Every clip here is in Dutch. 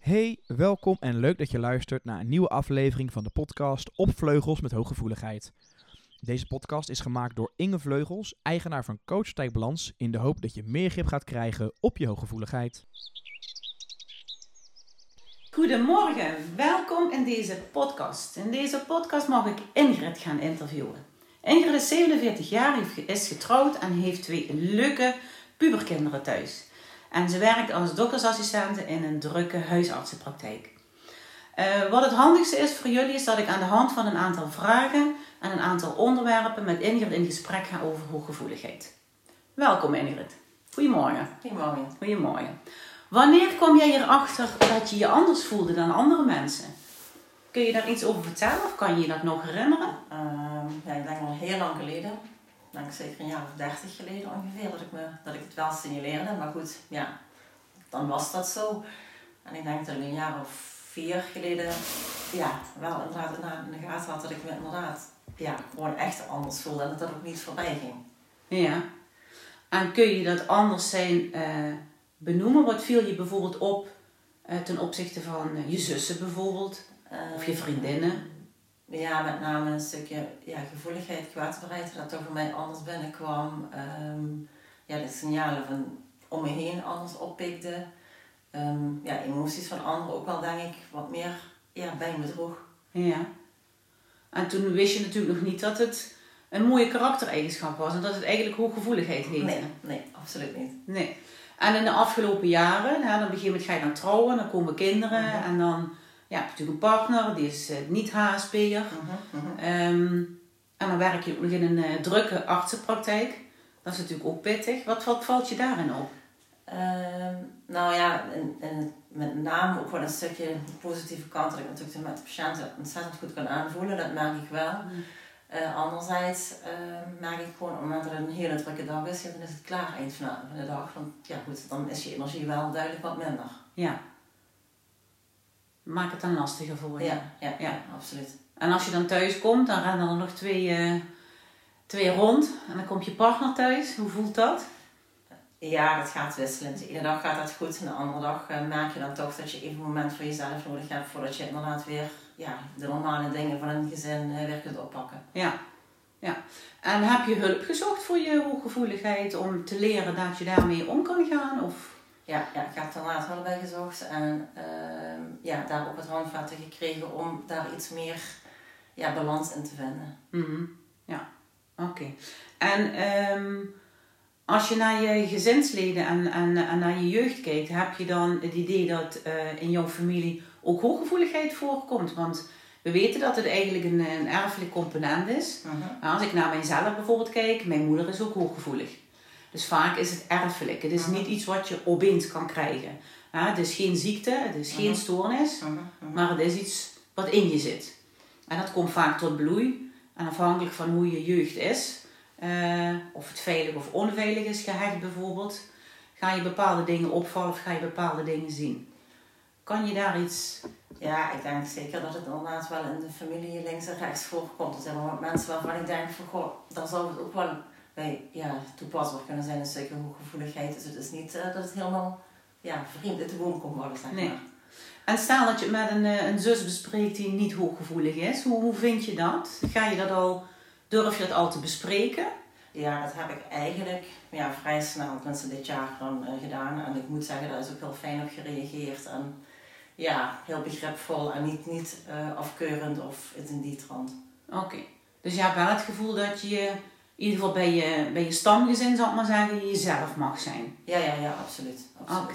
Hey, welkom en leuk dat je luistert naar een nieuwe aflevering van de podcast Op Vleugels met Hooggevoeligheid. Deze podcast is gemaakt door Inge Vleugels, eigenaar van Coach Balans, in de hoop dat je meer grip gaat krijgen op je hooggevoeligheid. Goedemorgen, welkom in deze podcast. In deze podcast mag ik Ingrid gaan interviewen. Ingrid is 47 jaar, is getrouwd en heeft 2 leuke puberkinderen thuis. En ze werkt als doktersassistente in een drukke huisartsenpraktijk. Wat het handigste is voor jullie is dat ik aan de hand van een aantal vragen en een aantal onderwerpen met Ingrid in gesprek ga over hooggevoeligheid. Welkom Ingrid. Goedemorgen. Goedemorgen. Goedemorgen. Wanneer kom jij erachter dat je je anders voelde dan andere mensen? Kun je daar iets over vertellen of kan je je dat nog herinneren? Ik denk al heel lang geleden. Ik denk zeker een jaar of 30 geleden ongeveer dat ik het wel signaleerde. Maar goed, ja, dan was dat zo. En ik denk dat ik een jaar of 4 geleden wel inderdaad in de gaten had dat ik me inderdaad gewoon echt anders voelde. En dat dat ook niet voorbij ging. Ja. En kun je dat anders zijn benoemen? Wat viel je bijvoorbeeld op ten opzichte van je zussen bijvoorbeeld? Of je vriendinnen? Ja, met name een stukje gevoeligheid, kwetsbaarheid, dat toch voor mij anders binnenkwam. De signalen van om me heen anders oppikte. Emoties van anderen ook wel, denk ik, wat meer bij me droeg. Ja. En toen wist je natuurlijk nog niet dat het een mooie karaktereigenschap was en dat het eigenlijk hooggevoeligheid heette. Nee, absoluut niet. Nee. En in de afgelopen jaren, dan op een gegeven moment ga je dan trouwen, dan komen kinderen en dan heb je natuurlijk een partner, die is niet HSP'er. En dan werk je ook nog in een drukke artsenpraktijk. Dat is natuurlijk ook pittig. Wat valt je daarin op? Met name ook wel een stukje positieve kant dat ik natuurlijk met de patiënten ontzettend goed kan aanvoelen, dat merk ik wel. Anderzijds merk ik gewoon, op het moment dat het een hele drukke dag is, dan is het klaar eind van de dag. Want dan is je energie wel duidelijk wat minder. Ja. Maak het dan lastiger voor je. Ja, absoluut. En als je dan thuis komt, dan rennen er nog twee rond. En dan komt je partner thuis. Hoe voelt dat? Ja, dat gaat wisselend. De ene dag gaat dat goed en de andere dag merk je dan toch dat je even een moment voor jezelf nodig hebt voordat je inderdaad weer de normale dingen van een gezin weer kunt oppakken. Ja. En heb je hulp gezocht voor je hooggevoeligheid om te leren dat je daarmee om kan gaan? Of? Ja, ik heb er later wel bij gezocht en daar ook het handvatten gekregen om daar iets meer balans in te vinden. Mm-hmm. Ja, oké. En als je naar je gezinsleden en naar je jeugd kijkt, heb je dan het idee dat in jouw familie ook hooggevoeligheid voorkomt? Want we weten dat het eigenlijk een erfelijk component is. Maar als ik naar mijzelf bijvoorbeeld kijk, mijn moeder is ook hooggevoelig. Dus vaak is het erfelijk. Het is niet iets wat je opeens kan krijgen. Het is geen ziekte, het is geen stoornis, maar het is iets wat in je zit. En dat komt vaak tot bloei. En afhankelijk van hoe je jeugd is, of het veilig of onveilig is gehecht bijvoorbeeld, ga je bepaalde dingen opvallen of ga je bepaalde dingen zien. Kan je daar iets... Ja, ik denk zeker dat het inderdaad wel in de familie links en rechts voorkomt. Er zijn wel wat mensen waarvan ik denk van, daar zou het ook wel bij toepasbaar kunnen zijn, een stukje hooggevoeligheid. Dus het is niet dat het helemaal vriend uit de boom komt worden, zeg maar. Nee. En stel dat je het met een zus bespreekt die niet hooggevoelig is. Hoe vind je dat? Durf je dat al te bespreken? Ja, dat heb ik eigenlijk vrij snel, tenminste dit jaar dan gedaan. En ik moet zeggen, daar is ook heel fijn op gereageerd. En heel begripvol en niet afkeurend of iets in die trant. Oké. Dus je hebt wel het gevoel dat je in ieder geval bij je stamgezin, zal ik maar zeggen, jezelf mag zijn. Ja, absoluut. Oké.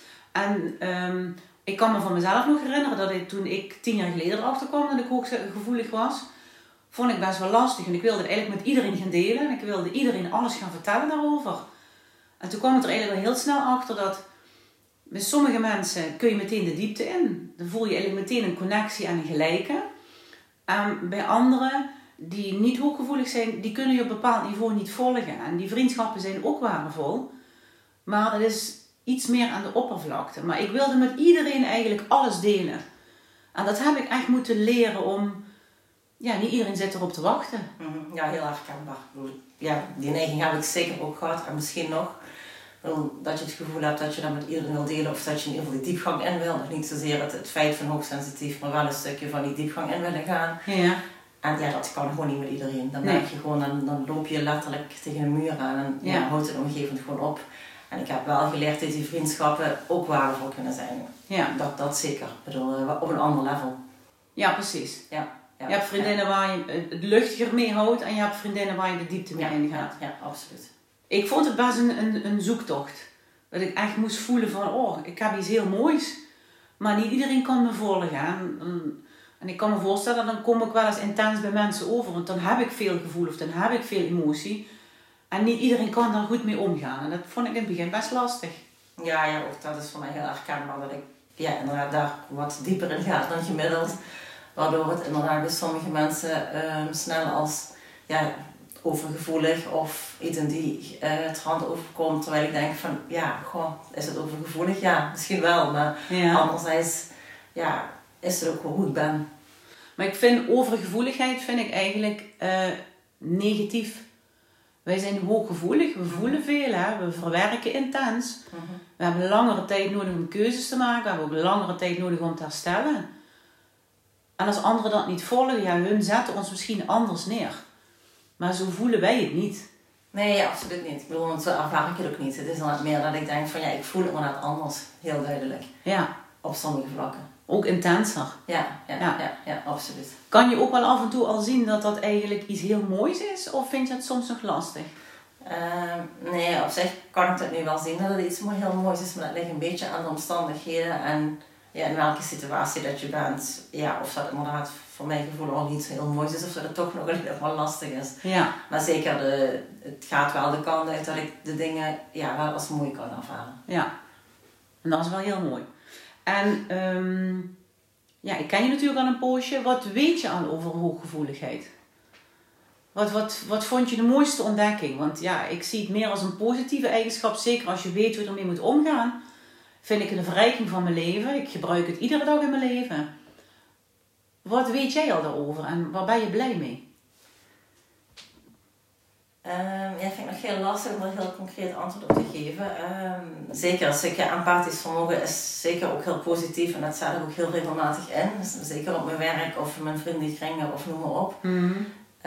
En ik kan me van mezelf nog herinneren dat toen ik 10 jaar geleden erachter kwam dat ik hooggevoelig was, vond ik best wel lastig. En ik wilde het eigenlijk met iedereen gaan delen. En ik wilde iedereen alles gaan vertellen daarover. En toen kwam het er eigenlijk wel heel snel achter dat met sommige mensen kun je meteen de diepte in. Dan voel je eigenlijk meteen een connectie en een gelijke. En bij anderen die niet hooggevoelig zijn, die kunnen je op een bepaald niveau niet volgen. En die vriendschappen zijn ook waardevol. Maar het is iets meer aan de oppervlakte. Maar ik wilde met iedereen eigenlijk alles delen. En dat heb ik echt moeten leren om... Ja, niet iedereen zit erop te wachten. Ja, heel herkenbaar. Ja, die neiging heb ik zeker ook gehad. En misschien nog. Dat je het gevoel hebt dat je dat met iedereen wil delen of dat je in ieder geval die diepgang in wil. Nog niet zozeer het feit van hoogsensitief, maar wel een stukje van die diepgang in willen gaan. Ja. En ja, dat kan gewoon niet met iedereen. Dan merk je gewoon, dan loop je letterlijk tegen een muur aan en houdt het omgevend gewoon op. En ik heb wel geleerd dat die vriendschappen ook waardevol kunnen zijn. Ja. Dat zeker. Ik bedoel, op een ander level. Ja, precies. Ja. Je hebt vriendinnen waar je het luchtiger mee houdt en je hebt vriendinnen waar je de diepte mee ingaat. Ja, absoluut. Ik vond het best een zoektocht. Dat ik echt moest voelen van, ik heb iets heel moois. Maar niet iedereen kan me volgen. En ik kan me voorstellen, dan kom ik wel eens intens bij mensen over. Want dan heb ik veel gevoel of dan heb ik veel emotie. En niet iedereen kan daar goed mee omgaan. En dat vond ik in het begin best lastig. Ja, ook dat is voor mij heel erg herkenbaar. Dat ik inderdaad daar wat dieper in ga dan gemiddeld. Waardoor het inderdaad bij sommige mensen snel als overgevoelig of iets in die trant overkomt. Terwijl ik denk van, is het overgevoelig? Ja, misschien wel. Maar anderzijds, is het ook wel hoe ik ben. Maar ik vind overgevoeligheid eigenlijk negatief. Wij zijn hooggevoelig, we voelen veel, hè? We verwerken intens. Mm-hmm. We hebben langere tijd nodig om keuzes te maken. We hebben ook langere tijd nodig om te herstellen. En als anderen dat niet volgen, hun zetten ons misschien anders neer. Maar zo voelen wij het niet. Nee, absoluut niet. Ik bedoel, want zo ervaar ik het ook niet. Het is dan meer dat ik denk van, ik voel het inderdaad anders. Heel duidelijk. Ja. Op sommige vlakken. Ook intenser. Ja, absoluut. Kan je ook wel af en toe al zien dat dat eigenlijk iets heel moois is? Of vind je het soms nog lastig? Nee, op zich kan ik dat nu wel zien dat het iets heel moois is. Maar dat ligt een beetje aan de omstandigheden en in welke situatie dat je bent. Ja, of dat inderdaad voor mijn gevoel al niet heel mooi is. Of dat het toch nog wel lastig is. Ja. Maar zeker, het gaat wel de kant uit dat ik de dingen wel als mooi kan ervaren. Ja, en dat is wel heel mooi. En ik ken je natuurlijk al een poosje. Wat weet je al over hooggevoeligheid? Wat vond je de mooiste ontdekking? Want ik zie het meer als een positieve eigenschap. Zeker als je weet hoe je ermee moet omgaan. Vind ik een verrijking van mijn leven. Ik gebruik het iedere dag in mijn leven. Wat weet jij al daarover en waar ben je blij mee? Vind ik nog heel lastig om er een heel concreet antwoord op te geven. Zeker een stukje empathisch vermogen is zeker ook heel positief en dat zet ik ook heel regelmatig in. Dus zeker op mijn werk of mijn vriendenkringen of noem maar op. Mm-hmm.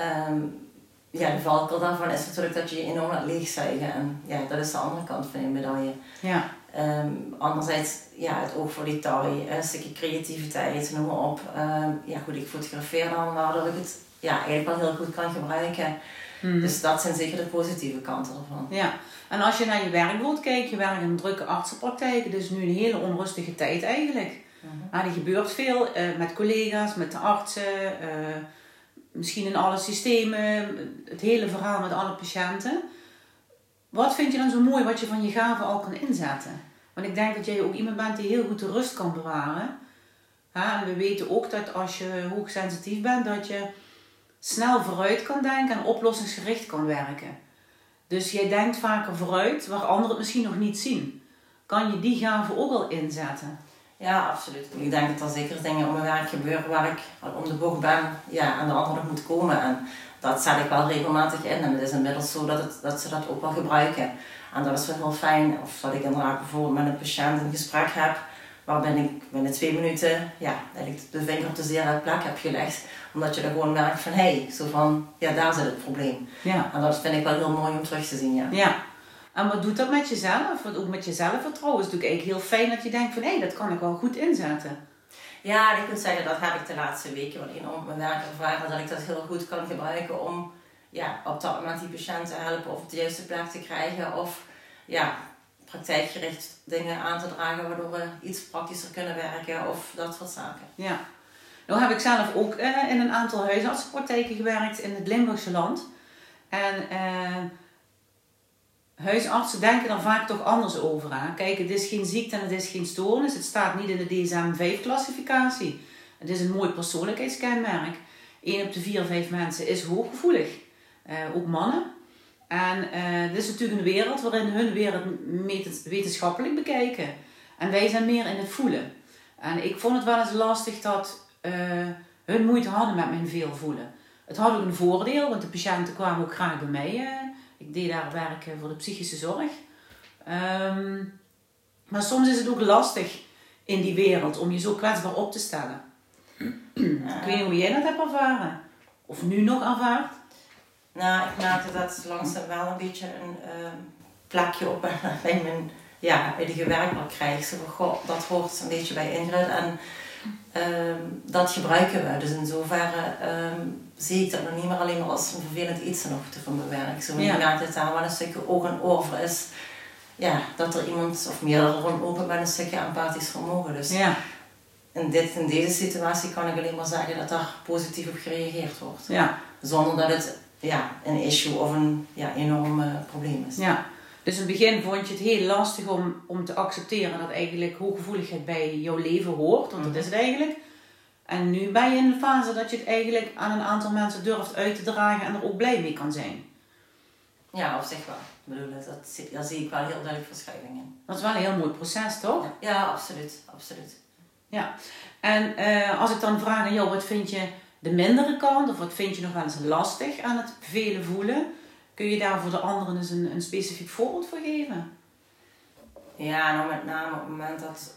De valkuil daarvan is natuurlijk dat je enorm laat leegzuigen en dat is de andere kant van je medaille. Ja. Anderzijds, het oog voor detail, een stukje creativiteit, noem maar op. Ik fotografeer dan, waardoor ik het eigenlijk wel heel goed kan gebruiken. Mm-hmm. Dus dat zijn zeker de positieve kanten ervan. Ja, en als je naar je werkbeeld kijkt, je werkt in een drukke artsenpraktijk, het is nu een hele onrustige tijd eigenlijk. Mm-hmm. Er gebeurt veel met collega's, met de artsen, misschien in alle systemen, het hele verhaal met alle patiënten. Wat vind je dan zo mooi wat je van je gaven al kan inzetten? Want ik denk dat jij ook iemand bent die heel goed de rust kan bewaren. En we weten ook dat als je hoogsensitief bent, dat je snel vooruit kan denken en oplossingsgericht kan werken. Dus jij denkt vaker vooruit, waar anderen het misschien nog niet zien. Kan je die gaven ook al inzetten? Ja, absoluut. Ik denk dat er zeker dingen op mijn werk gebeuren waar ik om de boeg ben en de anderen nog moet komen. En dat zet ik wel regelmatig in. En het is inmiddels zo dat ze dat ook wel gebruiken. En dat is wel heel fijn. Of dat ik inderdaad bijvoorbeeld met een patiënt een gesprek heb, waarbij ik binnen 2 minuten eigenlijk de vinger op de zere plek heb gelegd. Omdat je er gewoon merkt van, daar zit het probleem. Ja. En dat vind ik wel heel mooi om terug te zien, Ja. En wat doet dat met jezelf? Want ook met je zelfvertrouwen is het natuurlijk eigenlijk heel fijn dat je denkt van, dat kan ik wel goed inzetten. Ja, ik moet zeggen, dat heb ik de laatste weken wel enorm op mijn werk ervaren. Dat ik dat heel goed kan gebruiken om op dat moment die patiënt te helpen of op de juiste plek te krijgen. Of praktijkgericht dingen aan te dragen waardoor we iets praktischer kunnen werken of dat soort zaken. Ja. Nou heb ik zelf ook in een aantal huisartsenpraktijken gewerkt in het Limburgse land. En huisartsen denken er vaak toch anders over aan. Kijk, het is geen ziekte en het is geen stoornis. Het staat niet in de DSM-5-classificatie. Het is een mooi persoonlijkheidskenmerk. 1 op de 4, 5 mensen is hooggevoelig. Ook mannen. En dit is natuurlijk een wereld waarin hun wereld wetenschappelijk bekijken. En wij zijn meer in het voelen. En ik vond het wel eens lastig dat hun moeite hadden met mijn veel voelen. Het had ook een voordeel, want de patiënten kwamen ook graag bij mij. Ik deed daar werk voor de psychische zorg. Maar soms is het ook lastig in die wereld om je zo kwetsbaar op te stellen. Ik weet niet hoe jij dat hebt ervaren. Of nu nog ervaart. Nou, ik merkte dat langzaam wel een beetje een plekje op bij mijn huidige werk wel krijg. Zo van, goh, dat hoort een beetje bij Ingrid en dat gebruiken we. Dus in zoverre zie ik dat nog niet meer alleen maar als een vervelend iets ten opzichte van mijn werk. Zo ik merk dat daar wel een stukje oog en oor voor is. Ja, dat er iemand of meerdere rondlopen met een stukje empathisch vermogen. Dus in deze situatie kan ik alleen maar zeggen dat daar positief op gereageerd wordt. Ja. Zonder dat het een issue of een enorm probleem is. Ja. Dus in het begin vond je het heel lastig om te accepteren dat eigenlijk hooggevoeligheid bij jouw leven hoort. Want dat is het eigenlijk. En nu ben je in de fase dat je het eigenlijk aan een aantal mensen durft uit te dragen en er ook blij mee kan zijn. Ja, op zich wel. Ik bedoel, daar zie ik wel heel duidelijk verschuiving in. Dat is wel een heel mooi proces, toch? Ja, absoluut. Absoluut. Ja. En als ik dan vraag aan jou, wat vind je de mindere kant? Of wat vind je nog wel eens lastig aan het vele voelen? Kun je daar voor de anderen eens een specifiek voorbeeld voor geven? Ja, nou met name op het moment dat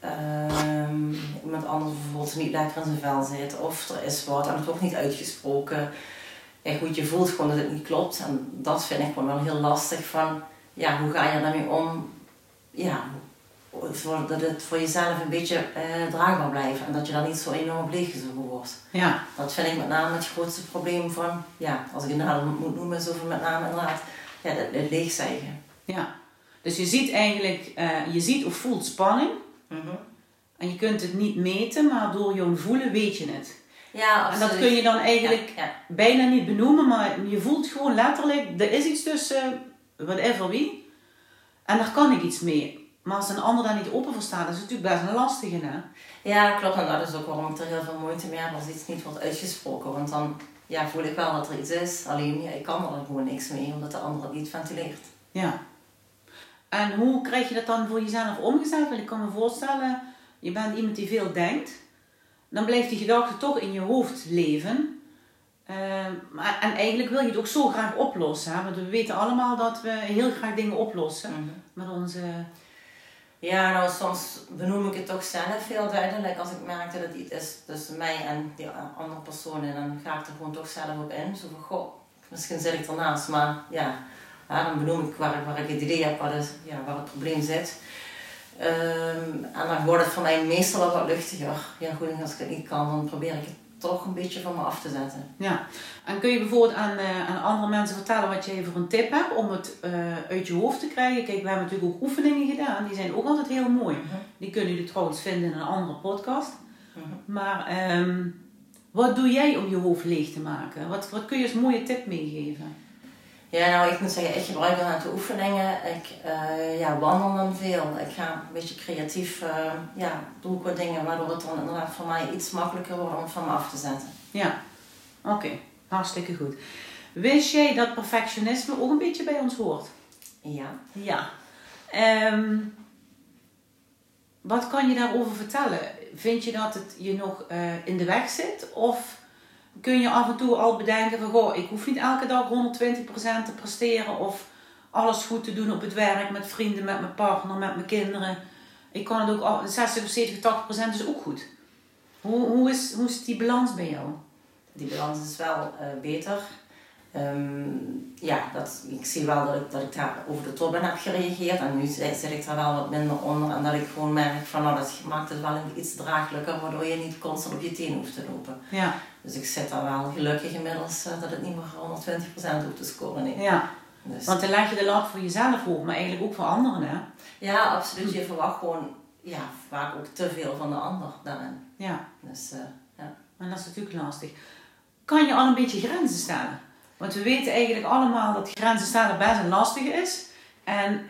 iemand anders bijvoorbeeld niet lekker in zijn vel zit. Of er is wat en het wordt niet uitgesproken. Ja, goed, je voelt gewoon dat het niet klopt. En dat vind ik gewoon wel heel lastig van, hoe ga je daarmee om? Ja, dat het voor jezelf een beetje draagbaar blijft. En dat je dan niet zo enorm op leeggezogen wordt. Ja. Dat vind ik met name het grootste probleem van, als ik het nou moet noemen, is over met name inderdaad, het leegzijgen. Ja. Dus je ziet eigenlijk, je ziet of voelt spanning. Mm-hmm. En je kunt het niet meten, maar door je voelen weet je het. Ja, absoluut. En dat kun je dan eigenlijk bijna niet benoemen, maar je voelt gewoon letterlijk, er is iets tussen whatever wie. En daar kan ik iets mee. Maar als een ander daar niet open voor staat, is het natuurlijk best een lastige, hè? Ja, klopt. En dat is ook waarom ik er heel veel moeite mee heb als iets niet wordt uitgesproken. Want dan voel ik wel dat er iets is. Alleen, ik kan er gewoon niks mee, omdat de ander het niet ventileert. Ja. En hoe krijg je dat dan voor jezelf omgezet? Want ik kan me voorstellen, je bent iemand die veel denkt. Dan blijft die gedachte toch in je hoofd leven. En eigenlijk wil je het ook zo graag oplossen. Hè? Want we weten allemaal dat we heel graag dingen oplossen. Met onze... Ja, nou soms benoem ik het toch zelf heel duidelijk. Als ik merk dat het iets is tussen mij en die andere persoon. En dan ga ik er gewoon toch zelf op in. Zo van, goh, misschien zit ik ernaast. Maar dan benoem ik waar ik het idee heb waar het probleem zit. En dan wordt het voor mij meestal wel wat luchtiger. Ja goed, en als ik het niet kan, dan probeer ik het toch een beetje van me af te zetten. Ja, en kun je bijvoorbeeld aan andere mensen vertellen wat je voor een tip hebt om het uit je hoofd te krijgen? Kijk, we hebben natuurlijk ook oefeningen gedaan, die zijn ook altijd heel mooi. Die kunnen jullie trouwens vinden in een andere podcast. Maar wat doe jij om je hoofd leeg te maken? Wat kun je als mooie tip meegeven? Ja, nou ik moet zeggen, ik gebruik een aantal oefeningen. Ik wandel dan veel. Ik ga een beetje creatief, doe ik wat dingen waardoor het dan inderdaad voor mij iets makkelijker wordt om het van me af te zetten. Ja, oké. Hartstikke goed. Wist jij dat perfectionisme ook een beetje bij ons hoort? Ja. Ja. Wat kan je daarover vertellen? Vind je dat het je nog in de weg zit? Of kun je af en toe al bedenken van, goh, ik hoef niet elke dag 120% te presteren of alles goed te doen op het werk, met vrienden, met mijn partner, met mijn kinderen. Ik kan het ook 60 of 70, 80% is ook goed. Hoe is die balans bij jou? Die balans is wel beter. Ik zie wel dat ik daar over de top ben heb gereageerd en nu zit ik daar wel wat minder onder en dat ik gewoon merk van dat maakt het wel iets draaglijker waardoor je niet constant op je tenen hoeft te lopen. Ja. Dus ik zit daar wel gelukkig inmiddels dat het niet meer 120% hoeft te scoren. Nee. Ja. Dus. Want dan leg je de lat voor jezelf hoog, maar eigenlijk ook voor anderen, hè? Ja, absoluut. Je verwacht gewoon vaak ook te veel van de ander daarin. Ja. Dus, En dat is natuurlijk lastig. Kan je al een beetje grenzen stellen? Want we weten eigenlijk allemaal dat grenzen stellen best een lastig is. En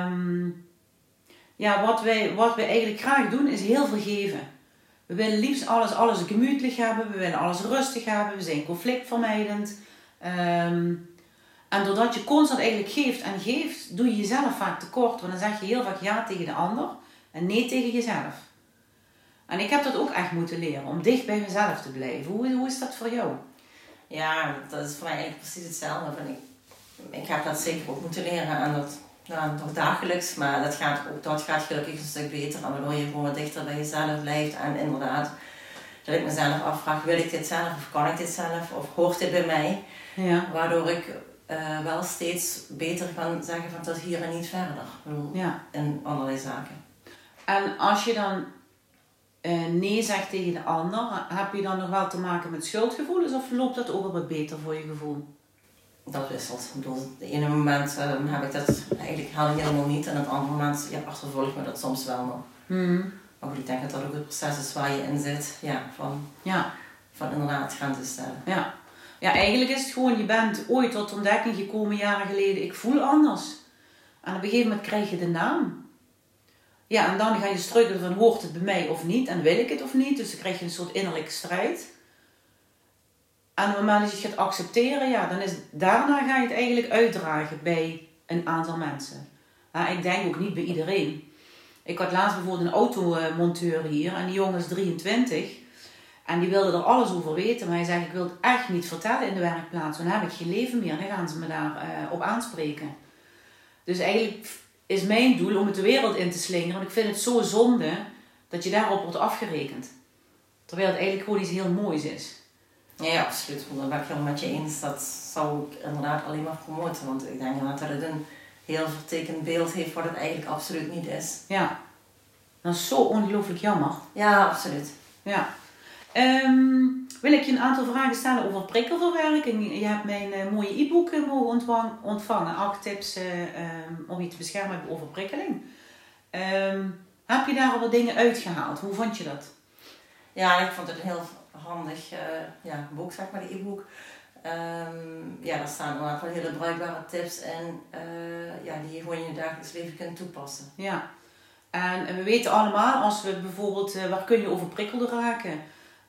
wat wij eigenlijk graag doen is heel veel geven. We willen liefst alles gemütlich hebben. We willen alles rustig hebben. We zijn conflictvermijdend. En doordat je constant eigenlijk geeft, doe je jezelf vaak tekort. Want dan zeg je heel vaak ja tegen de ander en nee tegen jezelf. En ik heb dat ook echt moeten leren, om dicht bij mezelf te blijven. Hoe is dat voor jou? Ja, dat is voor mij eigenlijk precies hetzelfde. Ik heb dat zeker ook moeten leren en dat nou, nog dagelijks, maar dat gaat gelukkig een stuk beter. En waardoor je gewoon wat dichter bij jezelf blijft. En inderdaad, dat ik mezelf afvraag, wil ik dit zelf of kan ik dit zelf? Of hoort dit bij mij? Ja. Waardoor ik wel steeds beter kan zeggen van tot hier en niet verder. Ik bedoel, in allerlei zaken. En als je dan nee zegt tegen de ander, heb je dan nog wel te maken met schuldgevoelens of loopt dat ook wel wat beter voor je gevoel? Dat wisselt. Ik bedoel, het ene moment heb ik dat eigenlijk helemaal niet en het andere moment achtervolgt me dat soms wel nog. Maar goed, ik denk dat dat ook het proces is waar je in zit, van inderdaad grenzen stellen. Ja, eigenlijk is het gewoon, je bent ooit tot ontdekking gekomen jaren geleden, ik voel anders. En op een gegeven moment krijg je de naam. Ja, en dan ga je struikelen van hoort het bij mij of niet en wil ik het of niet. Dus dan krijg je een soort innerlijke strijd. En op het moment dat je het gaat accepteren, daarna ga je het eigenlijk uitdragen bij een aantal mensen. Ik denk ook niet bij iedereen. Ik had laatst bijvoorbeeld een automonteur hier en die jongen is 23. En die wilde er alles over weten, maar hij zei ik wil het echt niet vertellen in de werkplaats. Want dan heb ik geen leven meer, dan gaan ze me daar op aanspreken. Dus eigenlijk is mijn doel om het de wereld in te slingeren. Want ik vind het zo zonde dat je daarop wordt afgerekend. Terwijl het eigenlijk gewoon iets heel moois is. Ja, absoluut. Dat ben ik helemaal met je eens. Dat zou ik inderdaad alleen maar promoten. Want ik denk inderdaad dat het een heel vertekend beeld heeft wat het eigenlijk absoluut niet is. Ja, dat is zo ongelooflijk jammer. Ja, absoluut. Ja. Wil ik je een aantal vragen stellen over prikkelverwerking. Je hebt mijn mooie e-book mogen ontvangen. 8 tips om je te beschermen bij overprikkeling. Heb je daar al wat dingen uitgehaald? Hoe vond je dat? Ja, ik vond het een heel handig boek, zeg maar, de e-book. Daar staan inderdaad wel hele bruikbare tips in die je gewoon in je dagelijks leven kunt toepassen. Ja, en we weten allemaal, als we bijvoorbeeld, waar kun je overprikkeld raken?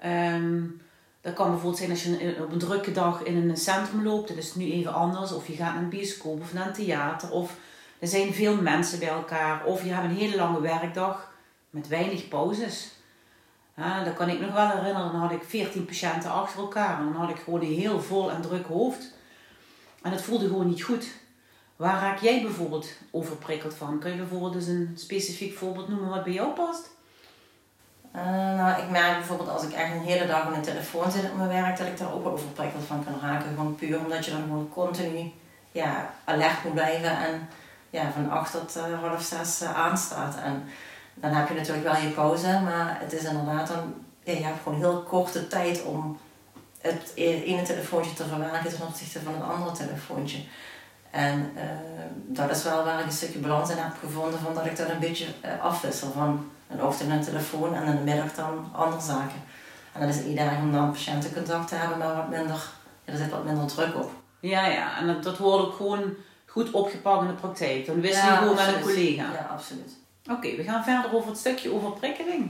Dat kan bijvoorbeeld zijn als je op een drukke dag in een centrum loopt, dat is nu even anders. Of je gaat naar een bioscoop of naar een theater. Of er zijn veel mensen bij elkaar. Of je hebt een hele lange werkdag met weinig pauzes. Dat kan ik nog wel herinneren. Dan had ik 14 patiënten achter elkaar. En dan had ik gewoon een heel vol en druk hoofd. En het voelde gewoon niet goed. Waar raak jij bijvoorbeeld overprikkeld van? Kun je bijvoorbeeld eens een specifiek voorbeeld noemen wat bij jou past? Ik merk bijvoorbeeld als ik echt een hele dag aan de telefoon zit op mijn werk, dat ik daar ook wel overprikkeld van kan raken. Gewoon puur omdat je dan gewoon continu alert moet blijven en van 8 tot 5:30 aanstaat. En dan heb je natuurlijk wel je pauze, maar het is inderdaad dan, je hebt gewoon heel korte tijd om het ene telefoontje te verwerken ten opzichte van het andere telefoontje. En dat is wel waar ik een stukje balans in heb gevonden, van dat ik dat een beetje afwissel van een ochtend een telefoon en in de middag dan andere zaken. En dat is het idee om dan patiëntencontact te hebben, maar wat minder, er zit wat minder druk op. Ja, en dat wordt ook gewoon goed opgepakt in de praktijk. Dan wist je gewoon met een collega. Ja, absoluut. Oké, we gaan verder over het stukje overprikkeling.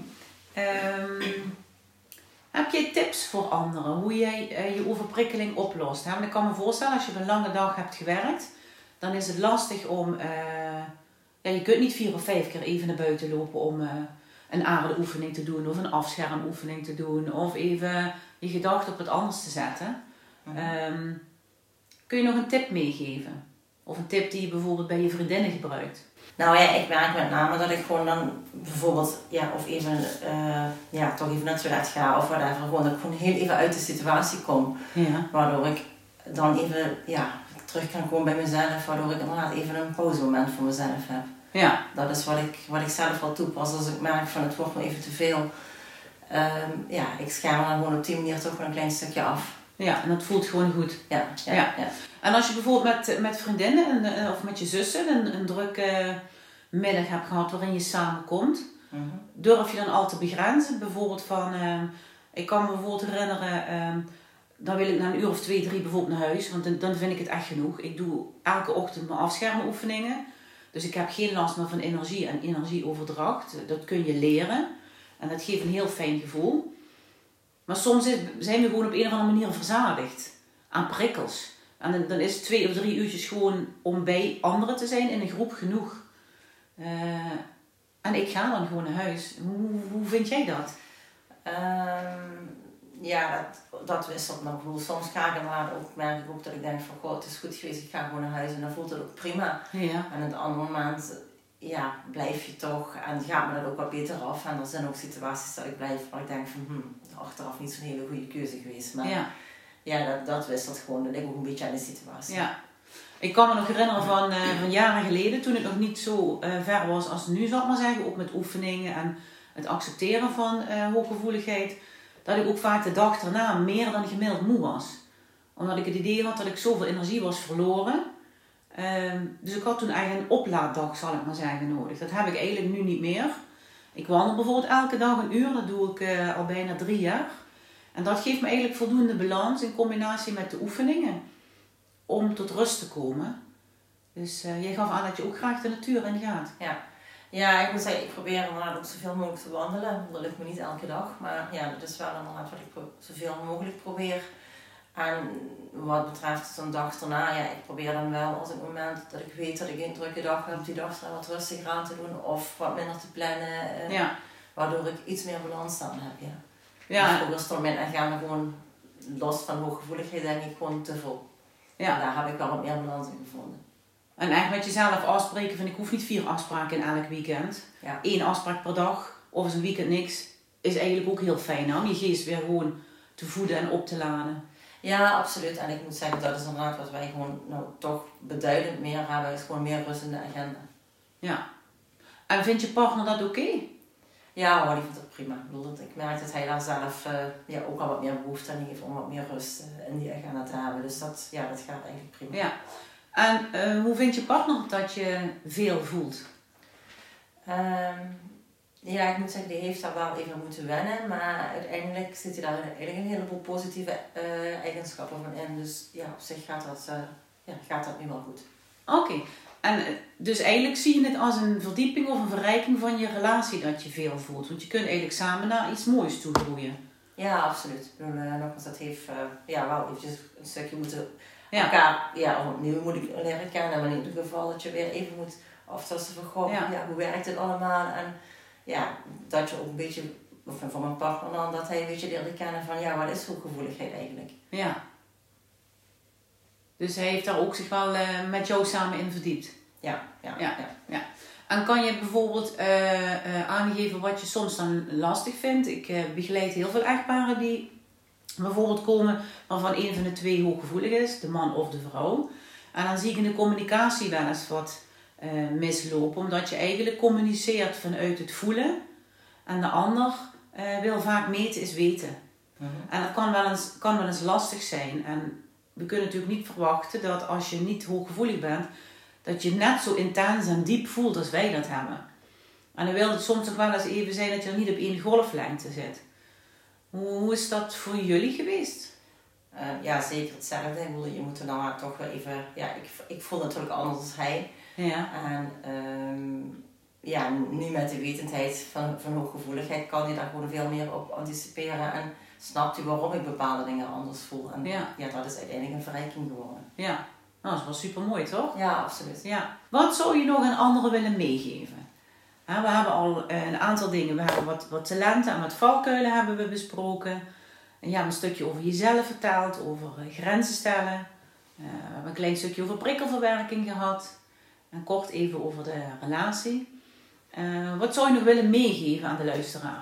Heb jij tips voor anderen hoe jij je overprikkeling oplost? Want ik kan me voorstellen, als je een lange dag hebt gewerkt, dan is het lastig om... je kunt niet 4 of 5 keer even naar buiten lopen om een aardeoefening te doen of een afschermoefening te doen of even je gedachten op wat anders te zetten. Kun je nog een tip meegeven? Of een tip die je bijvoorbeeld bij je vriendinnen gebruikt? Nou ja, ik merk met name dat ik gewoon dan bijvoorbeeld, of even, toch even naar het toilet ga of whatever. Gewoon dat ik gewoon heel even uit de situatie kom. Ja. Waardoor ik dan even, terug kan komen bij mezelf. Waardoor ik inderdaad even een pauzemoment voor mezelf heb. Ja. Dat is wat ik zelf wel toepas. Als ik merk van het wordt me even te veel. Ik scherm dan gewoon op die manier toch wel een klein stukje af. Ja, en dat voelt gewoon goed. Ja. En als je bijvoorbeeld met vriendinnen of met je zussen een drukke middag hebt gehad waarin je samenkomt, durf je dan al te begrenzen? Bijvoorbeeld van, ik kan me bijvoorbeeld herinneren, dan wil ik na een uur of 2, 3 bijvoorbeeld naar huis, want dan vind ik het echt genoeg. Ik doe elke ochtend mijn afschermoefeningen, dus ik heb geen last meer van energie en energieoverdracht. Dat kun je leren en dat geeft een heel fijn gevoel. Maar soms zijn we gewoon op een of andere manier verzadigd aan prikkels. En dan is 2 of 3 uurtjes gewoon om bij anderen te zijn in een groep genoeg. En ik ga dan gewoon naar huis. Hoe vind jij dat? ja, dat wisselt. Maar bijvoorbeeld soms ga ik inderdaad ook, merk ik ook dat ik denk van, goh, het is goed geweest, ik ga gewoon naar huis en dan voelt het ook prima. Ja. En op het andere moment, ja, blijf je toch en gaat me dat ook wat beter af. En er zijn ook situaties dat ik blijf waar ik denk van, achteraf niet zo'n hele goede keuze geweest. Maar ja, dat wisselt gewoon. Dat ligt ook een beetje aan de situatie. Ja. Ik kan me nog herinneren van jaren geleden, toen het nog niet zo ver was als nu, zal ik maar zeggen, ook met oefeningen en het accepteren van hooggevoeligheid, dat ik ook vaak de dag daarna meer dan gemiddeld moe was. Omdat ik het idee had dat ik zoveel energie was verloren. Dus ik had toen eigenlijk een oplaaddag, zal ik maar zeggen, nodig. Dat heb ik eigenlijk nu niet meer. Ik wandel bijvoorbeeld elke dag 1 uur, dat doe ik al bijna 3 jaar. En dat geeft me eigenlijk voldoende balans in combinatie met de oefeningen om tot rust te komen. Dus jij gaf aan dat je ook graag de natuur in gaat. Ja, ik moet zeggen, ik probeer inderdaad ook zoveel mogelijk te wandelen. Dat lukt me niet elke dag, maar ja, dat is wel inderdaad wat ik zoveel mogelijk probeer. En wat betreft zo'n dag daarna, ja, ik probeer dan wel als het moment dat ik weet dat ik een drukke dag heb, die dag wat rustiger aan te doen of wat minder te plannen. Waardoor ik iets meer balans dan heb, Dus ook als moment en gaan we gewoon los van hooggevoeligheid denk ik gewoon te veel. Ja. En daar heb ik wel wat meer balans in gevonden. En eigenlijk met jezelf afspreken van ik hoef niet 4 afspraken in elk weekend. 1 afspraak per dag of eens een weekend niks is eigenlijk ook heel fijn om je geest weer gewoon te voeden en op te laden. Ja, absoluut. En ik moet zeggen, dat is inderdaad wat wij gewoon toch beduidend meer hebben, is gewoon meer rust in de agenda. Ja. En vindt je partner dat oké? Ja hoor, die vindt het prima. Ik merk dat hij daar zelf ook al wat meer behoefte aan heeft om wat meer rust in die agenda te hebben. Dus dat gaat eigenlijk prima. Ja. En hoe vindt je partner dat je veel voelt? Ja, ik moet zeggen, die heeft daar wel even moeten wennen. Maar uiteindelijk zit hij daar eigenlijk een heleboel positieve eigenschappen van in. Dus ja, op zich gaat dat nu wel goed. Oké. En dus eigenlijk zie je het als een verdieping of een verrijking van je relatie dat je veel voelt. Want je kunt eigenlijk samen naar iets moois toe groeien. Ja, absoluut. Ik bedoel, nogmaals, dat heeft wel eventjes een stukje moeten elkaar opnieuw moet ik leren kennen. Maar in ieder geval dat je weer even moet aftasten van goh, hoe werkt het allemaal? En ja, dat je ook een beetje, of van mijn partner dan, dat hij een beetje leerde kennen van wat is hooggevoeligheid eigenlijk? Ja. Dus hij heeft daar ook zich wel met jou samen in verdiept. Ja. En kan je bijvoorbeeld aangeven wat je soms dan lastig vindt? Ik begeleid heel veel echtparen die bijvoorbeeld komen waarvan een van de 2 hooggevoelig is, de man of de vrouw. En dan zie ik in de communicatie wel eens wat mislopen, omdat je eigenlijk communiceert vanuit het voelen en de ander wil vaak meten is weten. Mm-hmm. En dat kan wel eens lastig zijn. En we kunnen natuurlijk niet verwachten dat als je niet hooggevoelig bent, dat je net zo intens en diep voelt als wij dat hebben. En dan wil het soms toch wel eens even zijn dat je er niet op 1 golflengte zit. Hoe is dat voor jullie geweest? Ja, zeker hetzelfde. Ik bedoel, je moet er nou toch wel even... Ja, ik voel natuurlijk anders dan hij. Ja. En nu met de wetendheid van hooggevoeligheid kan je daar gewoon veel meer op anticiperen. En snapt u waarom ik bepaalde dingen anders voel. En dat is uiteindelijk een verrijking geworden. Ja, nou, dat is wel super mooi, toch? Ja, absoluut. Ja. Wat zou je nog aan anderen willen meegeven? We hebben al een aantal dingen. We hebben wat talenten en wat valkuilen hebben we besproken. En een stukje over jezelf verteld, over grenzen stellen. We hebben een klein stukje over prikkelverwerking gehad. En kort even over de relatie. Wat zou je nog willen meegeven aan de luisteraar?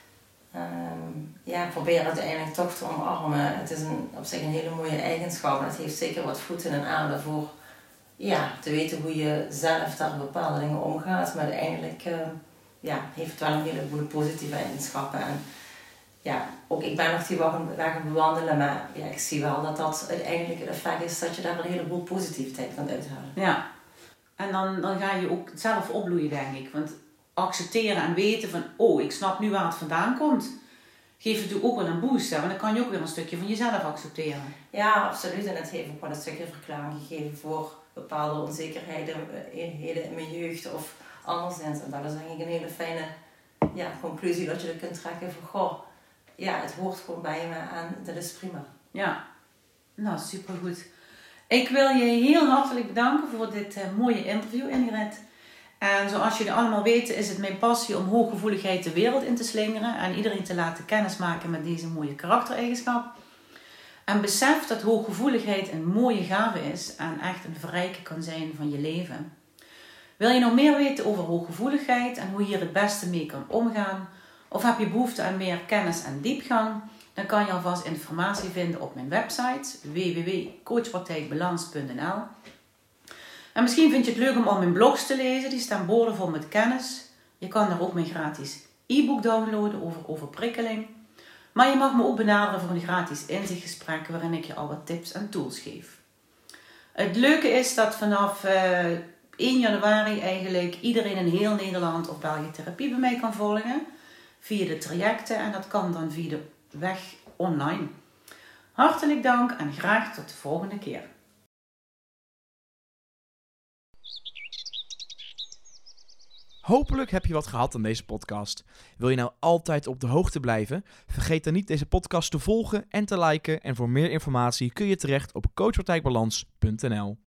Probeer het uiteindelijk toch te omarmen. Het is op zich een hele mooie eigenschap. En het heeft zeker wat voeten en aarde voor te weten hoe je zelf daar bepaalde dingen omgaat. Maar uiteindelijk heeft het wel een heleboel positieve eigenschappen. En ook ik ben nog die weg bewandelen. Maar ik zie wel dat uiteindelijk het effect is dat je daar een heleboel positiviteit kan uithalen. Ja. En dan ga je ook zelf opbloeien, denk ik. Want accepteren en weten van, ik snap nu waar het vandaan komt, geeft natuurlijk ook wel een boost. Want dan kan je ook weer een stukje van jezelf accepteren. Ja, absoluut. En het heeft ook wel een stukje verklaring gegeven voor bepaalde onzekerheden in mijn jeugd of anderszins. En dat is denk ik een hele fijne conclusie dat je dat kunt trekken van, het hoort gewoon bij me en dat is prima. Ja, nou supergoed. Ik wil je heel hartelijk bedanken voor dit mooie interview, Ingrid. En zoals jullie allemaal weten is het mijn passie om hooggevoeligheid de wereld in te slingeren en iedereen te laten kennismaken met deze mooie karaktereigenschap. En besef dat hooggevoeligheid een mooie gave is en echt een verrijking kan zijn van je leven. Wil je nog meer weten over hooggevoeligheid en hoe je hier het beste mee kan omgaan? Of heb je behoefte aan meer kennis en diepgang? Dan kan je alvast informatie vinden op mijn website www.coachpraktijkbalans.nl. En misschien vind je het leuk om al mijn blogs te lezen, die staan boordevol met kennis. Je kan daar ook mijn gratis e-book downloaden over overprikkeling. Maar je mag me ook benaderen voor een gratis inzichtgesprek waarin ik je al wat tips en tools geef. Het leuke is dat vanaf 1 januari eigenlijk iedereen in heel Nederland of België therapie bij mij kan volgen. Via de trajecten en dat kan dan via de weg online. Hartelijk dank en graag tot de volgende keer. Hopelijk heb je wat gehad aan deze podcast. Wil je nou altijd op de hoogte blijven? Vergeet dan niet deze podcast te volgen en te liken. En voor meer informatie kun je terecht op coachpraktijkbalans.nl.